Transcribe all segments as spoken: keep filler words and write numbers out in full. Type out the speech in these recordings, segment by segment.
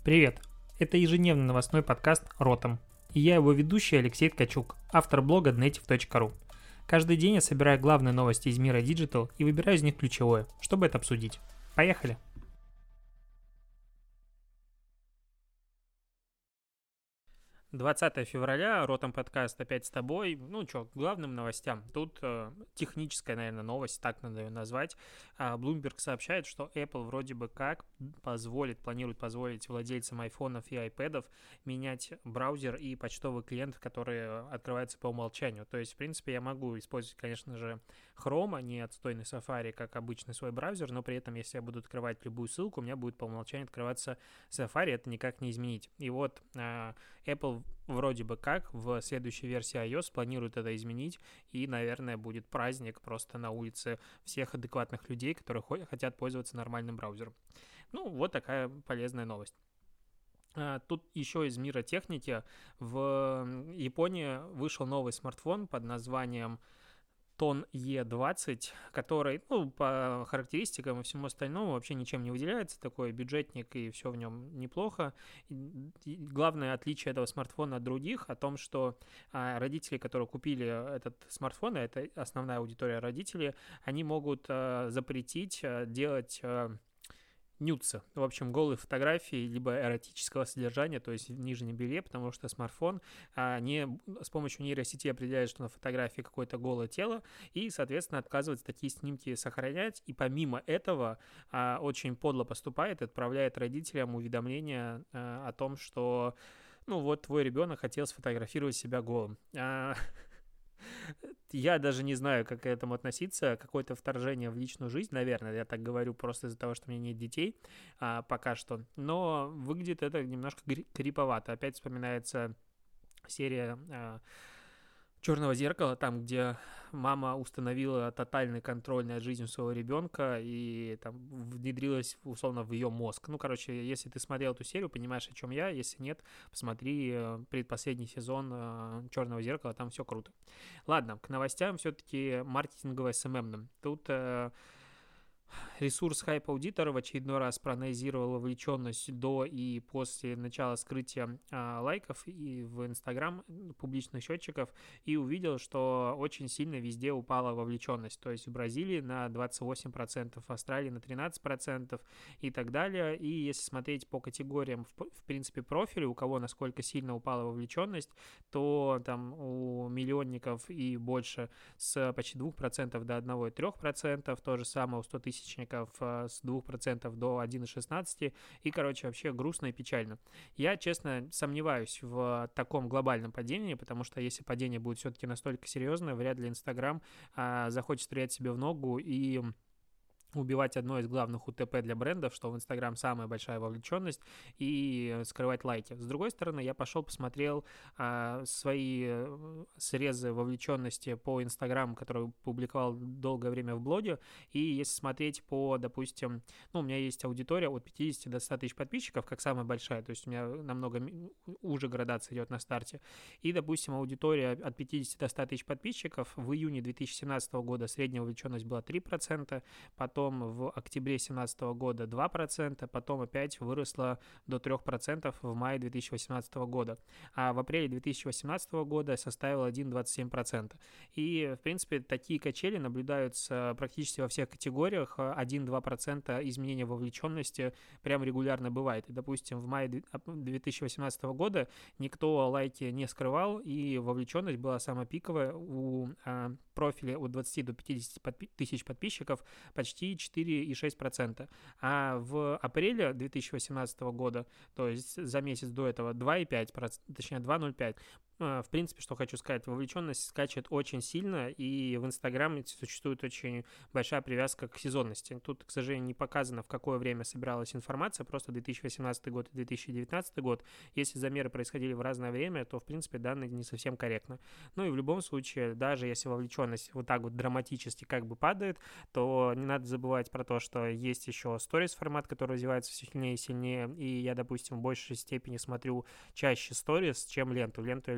Привет! Это ежедневный новостной подкаст «Ротом». И я его ведущий Алексей Ткачук, автор блога днейтив точка ру. Каждый день я собираю главные новости из мира Digital и выбираю из них ключевое, чтобы это обсудить. Поехали! двадцатое февраля, Ротом подкаст опять с тобой. Ну что, к главным новостям. Тут э, техническая, наверное, новость, так надо ее назвать. А, Bloomberg сообщает, что Apple вроде бы как позволит, планирует позволить владельцам айфонов и айпэдов менять браузер и почтовый клиент, которые открываются по умолчанию. То есть, в принципе, я могу использовать, конечно же, Chrome, а не отстойный Safari, как обычный свой браузер, но при этом, если я буду открывать любую ссылку, у меня будет по умолчанию открываться Safari, это никак не изменить. И вот э, Apple вроде бы как в следующей версии iOS планирует это изменить, и, наверное, будет праздник просто на улице всех адекватных людей, которые хотят пользоваться нормальным браузером. Ну, вот такая полезная новость. Тут еще из мира техники. В Японии вышел новый смартфон под названием Тон и двадцать, который, ну, по характеристикам и всему остальному вообще ничем не выделяется, такой бюджетник, и все в нем неплохо. И главное отличие этого смартфона от других о том, что а, родители, которые купили этот смартфон, это основная аудитория родителей, они могут а, запретить а, делать... А, нюдса, в общем, голые фотографии, либо эротического содержания, то есть в нижнем белье, потому что смартфон а, не с помощью нейросети определяет, что на фотографии какое-то голое тело, и, соответственно, отказывается такие снимки сохранять, и помимо этого а, очень подло поступает, отправляет родителям уведомления а, о том, что, ну вот, твой ребенок хотел сфотографировать себя голым. А, Я даже не знаю, как к этому относиться. Какое-то вторжение в личную жизнь, наверное, я так говорю просто из-за того, что у меня нет детей а, пока что. Но выглядит это немножко криповато. Опять вспоминается серия а, «Черного зеркала», там, где мама установила тотальный контроль над жизнью своего ребенка и там внедрилась, условно, в ее мозг. Ну, короче, если ты смотрел эту серию, понимаешь, о чем я. Если нет, посмотри предпоследний сезон «Черного зеркала», там все круто. Ладно, к новостям все-таки маркетингово-эс эм эм. Тут... Ресурс Hype Auditor в очередной раз проанализировал вовлеченность до и после начала скрытия а, лайков и в Instagram публичных счетчиков и увидел, что очень сильно везде упала вовлеченность. То есть в Бразилии на двадцать восемь процентов, в Австралии на тринадцать процентов и так далее. И если смотреть по категориям, в, в принципе, профиля, у кого насколько сильно упала вовлеченность, то там у миллионников и больше с почти двух процентов до одного целых трёх десятых процента, то же самое у сто тысячников с двух процентов до одного целых шестнадцати сотых процента, и, короче, вообще грустно и печально. Я, честно, сомневаюсь в таком глобальном падении, потому что если падение будет все-таки настолько серьезное, вряд ли Инстаграм а, захочет стрелять себе в ногу и убивать одно из главных УТП для брендов, что в Инстаграм самая большая вовлеченность, и скрывать лайки. С другой стороны, я пошел, посмотрел а, свои срезы вовлеченности по Инстаграму, которые публиковал долгое время в блоге, и если смотреть по, допустим, ну, у меня есть аудитория от пятидесяти до ста тысяч подписчиков, как самая большая, то есть у меня намного уже градация идет на старте, и, допустим, аудитория от пятидесяти до ста тысяч подписчиков в июне две тысячи семнадцатого года средняя вовлеченность была три процента, потом в октябре две тысячи семнадцатого года два процента, потом опять выросла до трех процентов в мае две тысячи восемнадцатого года, а в апреле две тысячи восемнадцатого года составила один целых двадцать семь сотых процента. И, в принципе, такие качели наблюдаются практически во всех категориях. один-два процента изменения вовлеченности прям регулярно бывает. И, допустим, в мае две тысячи восемнадцатого года никто лайки не скрывал, и вовлеченность была самая пиковая у а, профиля от двадцати до пятидесяти тысяч подписчиков почти четыре целых шесть десятых процента. А в апреле две тысячи восемнадцатого года, то есть за месяц до этого, два целых пять десятых процента, точнее два целых ноль пять процента. В принципе, что хочу сказать, вовлеченность скачет очень сильно, и в Инстаграме существует очень большая привязка к сезонности. Тут, к сожалению, не показано, в какое время собиралась информация, просто две тысячи восемнадцатый год и две тысячи девятнадцатый год. Если замеры происходили в разное время, то, в принципе, данные не совсем корректны. Ну и в любом случае, даже если вовлеченность вот так вот драматически как бы падает, то не надо забывать про то, что есть еще сторис формат, который развивается все сильнее и сильнее, и я, допустим, в большей степени смотрю чаще сторис, чем ленту. Ленту я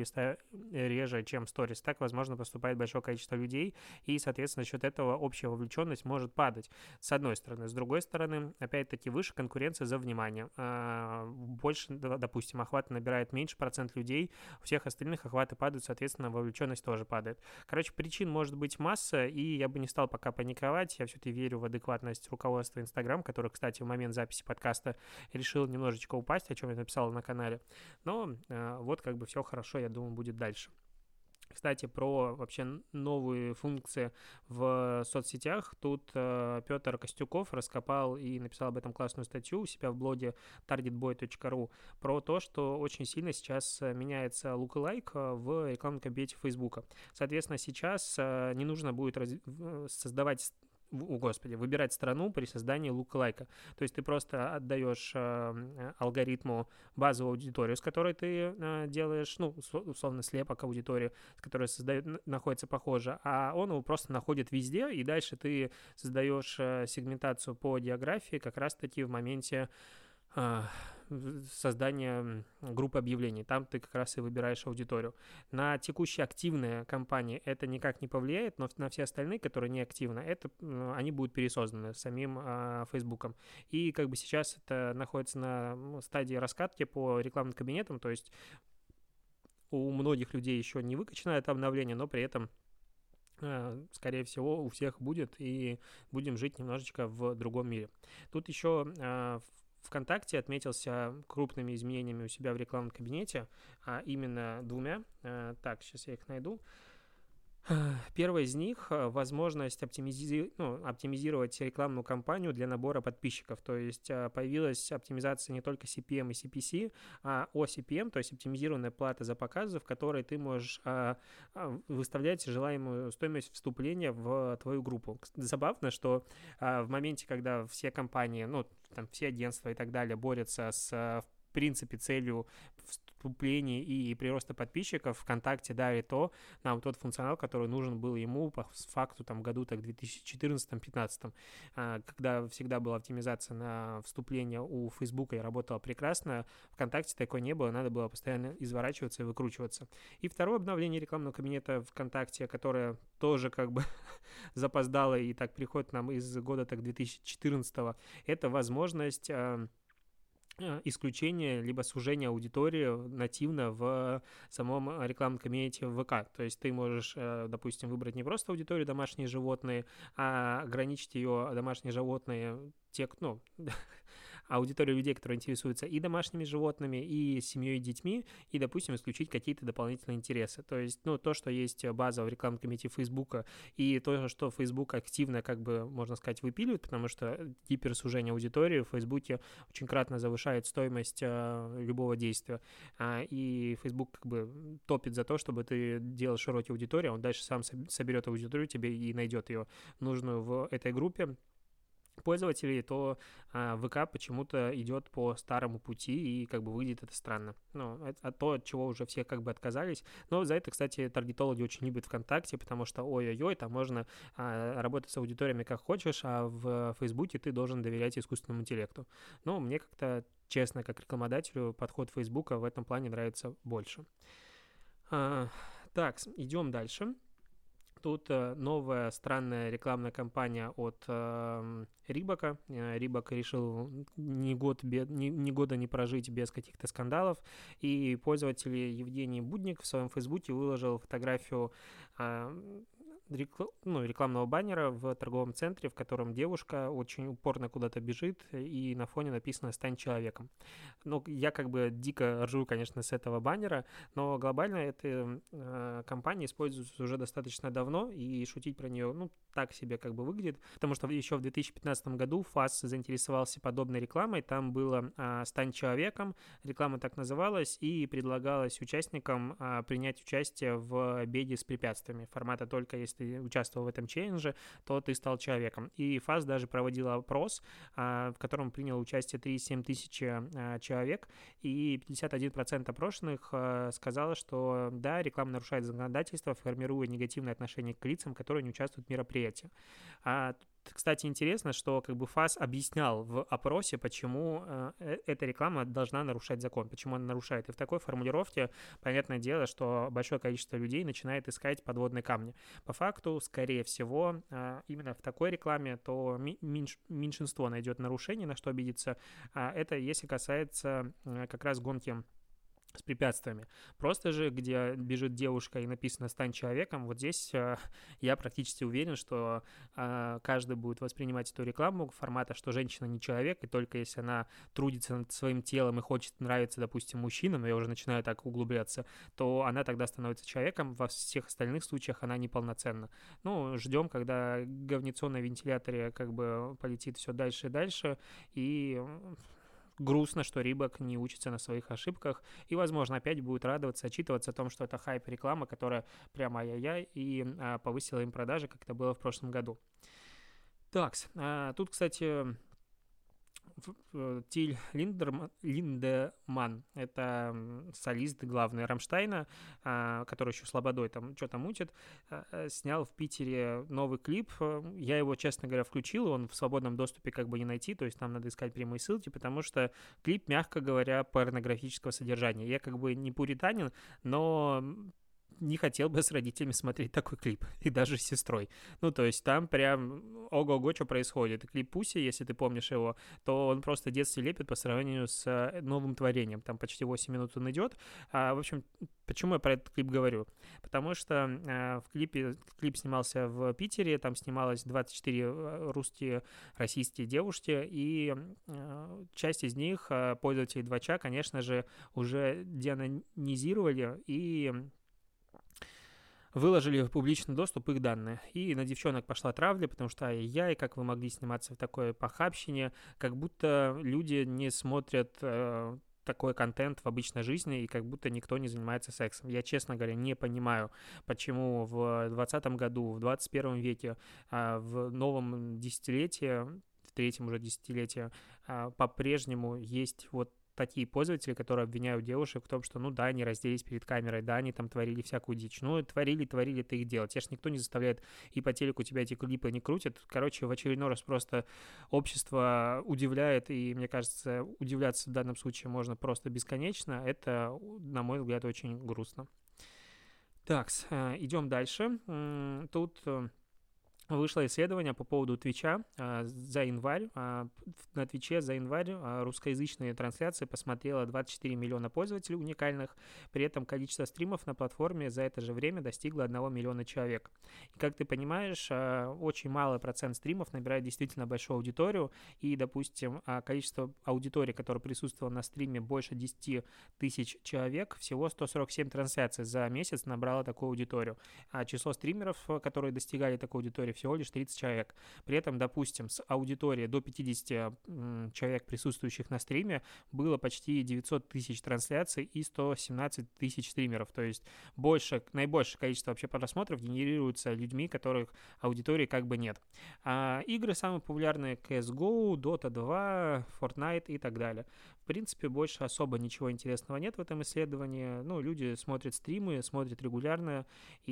рилиста реже, чем сторис. Так, возможно, поступает большое количество людей, и, соответственно, за счет этого общая вовлеченность может падать, с одной стороны. С другой стороны, опять-таки, выше конкуренция за внимание. Больше, допустим, охваты набирает меньше процент людей, у всех остальных охваты падают, соответственно, вовлеченность тоже падает. Короче, причин может быть масса, и я бы не стал пока паниковать. Я все-таки верю в адекватность руководства Инстаграм, который, кстати, в момент записи подкаста решил немножечко упасть, о чем я написал на канале. Но э, вот как бы все хорошо, я думаю, будет дальше. Кстати, про вообще новые функции в соцсетях. Тут э, Петр Костюков раскопал и написал об этом классную статью у себя в блоге таргетбой точка ру про то, что очень сильно сейчас меняется lookalike в рекламном кабинете Фейсбука. Соответственно, сейчас э, не нужно будет раз... создавать о, господи, выбирать страну при создании лук-лайка. То есть ты просто отдаешь э, алгоритму базовую аудиторию, с которой ты э, делаешь, ну, условно, слепок аудитории, с которой создает, находится похоже, а он его просто находит везде, и дальше ты создаешь э, сегментацию по географии как раз-таки в моменте э, создания группы объявлений. Там ты как раз и выбираешь аудиторию. На текущие активные кампании это никак не повлияет, но на все остальные, которые не активны, это, они будут пересозданы самим э, Фейсбуком. И как бы сейчас это находится на стадии раскатки по рекламным кабинетам, то есть у многих людей еще не выкачано это обновление, но при этом скорее всего, у всех будет, и будем жить немножечко в другом мире. Тут еще э, ВКонтакте отметился крупными изменениями у себя в рекламном кабинете, а именно двумя. Так, сейчас я их найду. Первое из них — возможность оптимизи... ну, оптимизировать рекламную кампанию для набора подписчиков. То есть появилась оптимизация не только си пи эм и си пи си, а о си пи эм, то есть оптимизированная плата за показы, в которой ты можешь выставлять желаемую стоимость вступления в твою группу. Забавно, что в моменте, когда все компании, ну, там, все агентства и так далее борются с, в принципе, целью вступлений и прироста подписчиков, ВКонтакте давит то, нам тот функционал, который нужен был ему по факту там году так две тысячи четырнадцатом-пятнадцатом, когда всегда была оптимизация на вступление у Фейсбука и работала прекрасно, ВКонтакте такой не было, надо было постоянно изворачиваться и выкручиваться. И второе обновление рекламного кабинета ВКонтакте, которое тоже как бы запоздало и так приходит нам из года так две тысячи четырнадцатого, это возможность исключение либо сужение аудитории нативно в самом рекламном кабинете в ВК. То есть ты можешь, допустим, выбрать не просто аудиторию домашние животные, а ограничить ее домашние животные, те, ну, аудиторию людей, которые интересуются и домашними животными, и семьей, и детьми, и, допустим, исключить какие-то дополнительные интересы. То есть, ну, то, что есть база в рекламном кабинете Фейсбука, и то, что Facebook активно, как бы, можно сказать, выпиливает, потому что гиперсужение аудитории в Фейсбуке очень кратно завышает стоимость э, любого действия. А, и Facebook, как бы, топит за то, чтобы ты делал широкие аудитории, он дальше сам соберет аудиторию тебе и найдет ее нужную в этой группе пользователей, то а, ВК почему-то идет по старому пути, и как бы выглядит это странно. Ну, это то, от чего уже все как бы отказались. Но за это, кстати, таргетологи очень любят ВКонтакте, потому что ой-ой-ой, там можно а, работать с аудиториями как хочешь, а в Фейсбуке ты должен доверять искусственному интеллекту. Но мне как-то, честно, как рекламодателю, подход Фейсбука в этом плане нравится больше. А, так, идем дальше. Тут новая странная рекламная кампания от э, Рибака. Рибак решил ни, год, ни, ни года не прожить без каких-то скандалов. И пользователь Евгений Будник в своем фейсбуке выложил фотографию э, рекл... ну, рекламного баннера в торговом центре, в котором девушка очень упорно куда-то бежит, и на фоне написано «Стань человеком». Ну, я как бы дико ржу, конечно, с этого баннера, но глобально эта э, компания используется уже достаточно давно, и шутить про нее, ну, так себе как бы выглядит, потому что еще в две тысячи пятнадцатом году ФАС заинтересовался подобной рекламой, там было э, «Стань человеком», реклама так называлась, и предлагалось участникам э, принять участие в беге с препятствиями, формата только если ты участвовал в этом челлендже, то ты стал человеком. И ФАС даже проводила опрос, э, в котором приняло участие тридцать семь тысяч э, человек, и пятьдесят один процент опрошенных э, сказало, что да, реклама нарушает законодательство, формируя негативное отношение к лицам, которые не участвуют в мероприятии. А Кстати, интересно, что как бы ФАС объяснял в опросе, почему э, эта реклама должна нарушать закон, почему она нарушает. И в такой формулировке, понятное дело, что большое количество людей начинает искать подводные камни. По факту, скорее всего, э, именно в такой рекламе то ми- меньш- меньшинство найдет нарушение, на что обидеться. А это если касается э, как раз гонки с препятствиями. Просто же, где бежит девушка и написано «стань человеком», вот здесь э, я практически уверен, что э, каждый будет воспринимать эту рекламу формата, что женщина не человек, и только если она трудится над своим телом и хочет нравиться, допустим, мужчинам, я уже начинаю так углубляться, то она тогда становится человеком, во всех остальных случаях она неполноценна. Ну, ждем, когда говнецо на вентиляторе как бы полетит все дальше и дальше, и грустно, что Рибок не учится на своих ошибках и, возможно, опять будет радоваться, отчитываться о том, что это хайп-реклама, которая прямо ай-яй-яй и а, повысила им продажи, как это было в прошлом году. Так, а, тут, кстати, Тиль Линдерман, Линдеман, это солист главный Рамштайна, который еще слободой там что-то мутит, снял в Питере новый клип. Я его, честно говоря, включил, он в свободном доступе как бы не найти, то есть там надо искать прямые ссылки, потому что клип, мягко говоря, порнографического содержания. Я как бы не пуританин, но не хотел бы с родителями смотреть такой клип, и даже с сестрой. Ну, то есть там прям ого-го, что происходит. Клип Пуси, если ты помнишь его, то он просто детский лепет по сравнению с новым творением. Там почти восемь минут он идет. А, в общем, почему я про этот клип говорю? Потому что а, в клипе, клип снимался в Питере, там снималось двадцать четыре русские, российские девушки, и а, часть из них, а, пользователи Двача, конечно же, уже деанонизировали и выложили в публичный доступ их данные. И на девчонок пошла травля, потому что ай-яй, как вы могли сниматься в такой похабщине, как будто люди не смотрят э, такой контент в обычной жизни, и как будто никто не занимается сексом. Я, честно говоря, не понимаю, почему в двадцатом году, в двадцать первом веке, э, в новом десятилетии, в третьем уже десятилетии, э, по-прежнему есть вот такие пользователи, которые обвиняют девушек в том, что, ну да, они разделись перед камерой, да, они там творили всякую дичь. Ну, творили, творили, ты их делать. Тебя ж никто не заставляет, и по телеку тебя эти клипы не крутят. Короче, в очередной раз просто общество удивляет, и, мне кажется, удивляться в данном случае можно просто бесконечно. Это, на мой взгляд, очень грустно. Так, идем дальше. Тут вышло исследование по поводу Твича а, за январь. А, на Твиче за январь а, русскоязычные трансляции посмотрело двадцать четыре миллиона пользователей уникальных. При этом количество стримов на платформе за это же время достигло одного миллиона человек. И, как ты понимаешь, а, очень малый процент стримов набирает действительно большую аудиторию. И, допустим, а, количество аудитории, которая присутствовала на стриме, больше десять тысяч человек. Всего сто сорок семь трансляций за месяц набрало такую аудиторию. А число стримеров, которые достигали такой аудитории, всего лишь тридцать человек. При этом, допустим, с аудиторией до пятьдесят человек, присутствующих на стриме, было почти девятьсот тысяч трансляций и сто семнадцать тысяч стримеров. То есть больше, наибольшее количество вообще просмотров генерируется людьми, которых аудитории как бы нет. А игры самые популярные: си эс го, дота два, Fortnite и так далее. В принципе, больше особо ничего интересного нет в этом исследовании. Ну, люди смотрят стримы, смотрят регулярно,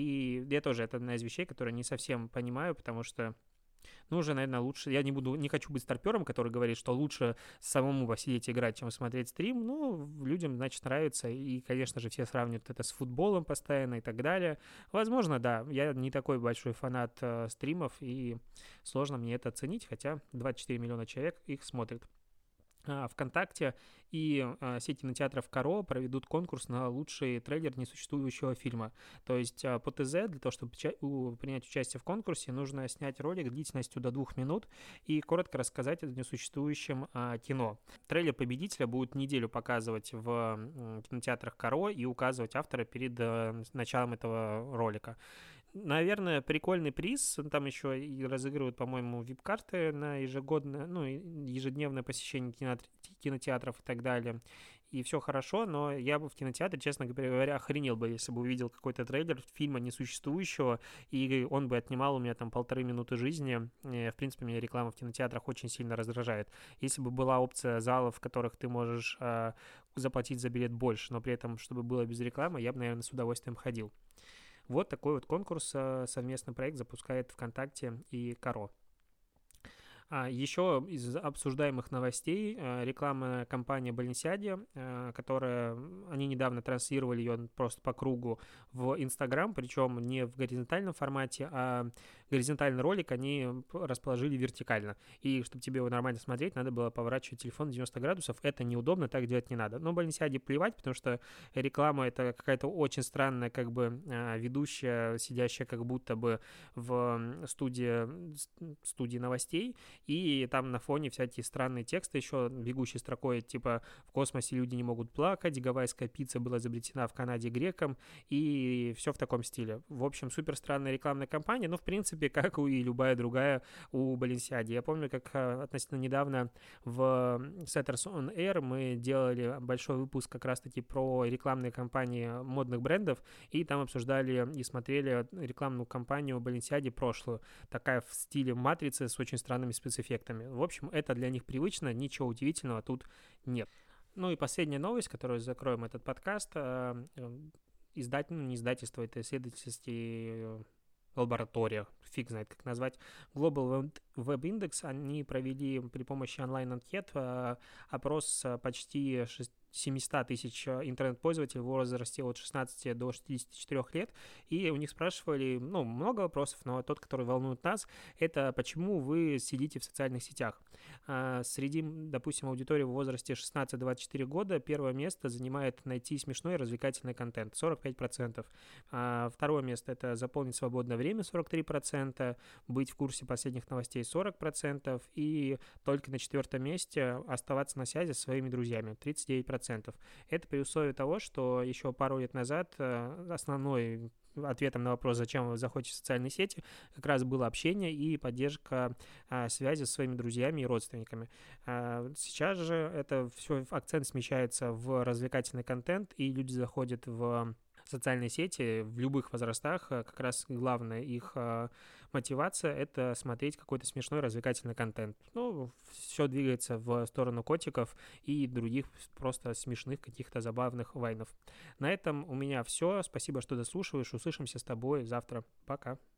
и я тоже, это одна из вещей, которые не совсем понимаю, потому что, ну, уже, наверное, лучше, я не буду, не хочу быть старпером, который говорит, что лучше самому посидеть играть, чем смотреть стрим. Ну, людям, значит, нравится, и, конечно же, все сравнивают это с футболом постоянно и так далее. Возможно, да, я не такой большой фанат э, стримов, и сложно мне это оценить, хотя двадцать четыре миллиона человек их смотрят. ВКонтакте и а, сеть кинотеатров Каро проведут конкурс на лучший трейлер несуществующего фильма. То есть а, по ТЗ для того, чтобы ча- у, принять участие в конкурсе, нужно снять ролик длительностью до двух минут и коротко рассказать о несуществующем а, кино. Трейлер победителя будет неделю показывать в м, кинотеатрах Каро и указывать автора перед а, началом этого ролика. Наверное, прикольный приз. Там еще и разыгрывают, по-моему, вип-карты на ежегодное, ну, ежедневное посещение кинотеатров и так далее. И все хорошо, но я бы в кинотеатре, честно говоря, охренел бы, если бы увидел какой-то трейлер фильма несуществующего, и он бы отнимал у меня там полторы минуты жизни. В принципе, меня реклама в кинотеатрах очень сильно раздражает. Если бы была опция залов, в которых ты можешь э, заплатить за билет больше, но при этом, чтобы было без рекламы, я бы, наверное, с удовольствием ходил. Вот такой вот конкурс, совместный проект запускает ВКонтакте и Каро. А еще из обсуждаемых новостей э, рекламная кампания Balenciaga, э, которая, они недавно транслировали ее просто по кругу в Instagram, причем не в горизонтальном формате, а горизонтальный ролик они расположили вертикально. И чтобы тебе его нормально смотреть, надо было поворачивать телефон девяносто градусов. Это неудобно, так делать не надо. Но Balenciaga плевать, потому что реклама — это какая-то очень странная как бы ведущая, сидящая как будто бы в студии, студии новостей, и там на фоне всякие странные тексты еще бегущей строкой, типа «В космосе люди не могут плакать», «Гавайская пицца была изобретена в Канаде греком», и все в таком стиле. В общем, супер странная рекламная кампания, но в принципе, как и любая другая у Balenciaga. Я помню, как относительно недавно в Setters on Air мы делали большой выпуск как раз-таки про рекламные кампании модных брендов, и там обсуждали и смотрели рекламную кампанию Balenciaga прошлую, такая в стиле матрицы с очень странными спецэффектами. В общем, это для них привычно, ничего удивительного тут нет. Ну и последняя новость, которую закроем этот подкаст. Издатель, ну не издательство, это исследовательские лаборатория, фиг знает, как назвать, Global Web Index, они провели при помощи онлайн-анкет опрос почти семьсот тысяч интернет-пользователей в возрасте от шестнадцати до шестидесяти четырёх лет, и у них спрашивали, ну, много вопросов, но тот, который волнует нас, это почему вы сидите в социальных сетях. Среди, допустим, аудитории в возрасте шестнадцать-двадцать четыре года первое место занимает найти смешной и развлекательный контент, сорок пять процентов. Второе место — это заполнить свободное время, сорок три процента, быть в курсе последних новостей, сорок процентов, и только на четвертом месте оставаться на связи со своими друзьями, тридцать девять процентов. Это при условии того, что еще пару лет назад основной ответом на вопрос, зачем вы заходите в социальные сети, как раз было общение и поддержка а, связи с своими друзьями и родственниками. А, сейчас же это все, акцент смещается в развлекательный контент, и люди заходят в социальные сети в любых возрастах. Как раз главная их а, мотивация — это смотреть какой-то смешной развлекательный контент. Ну, все двигается в сторону котиков и других просто смешных каких-то забавных вайнов. На этом у меня все. Спасибо, что дослушиваешь. Услышимся с тобой завтра. Пока.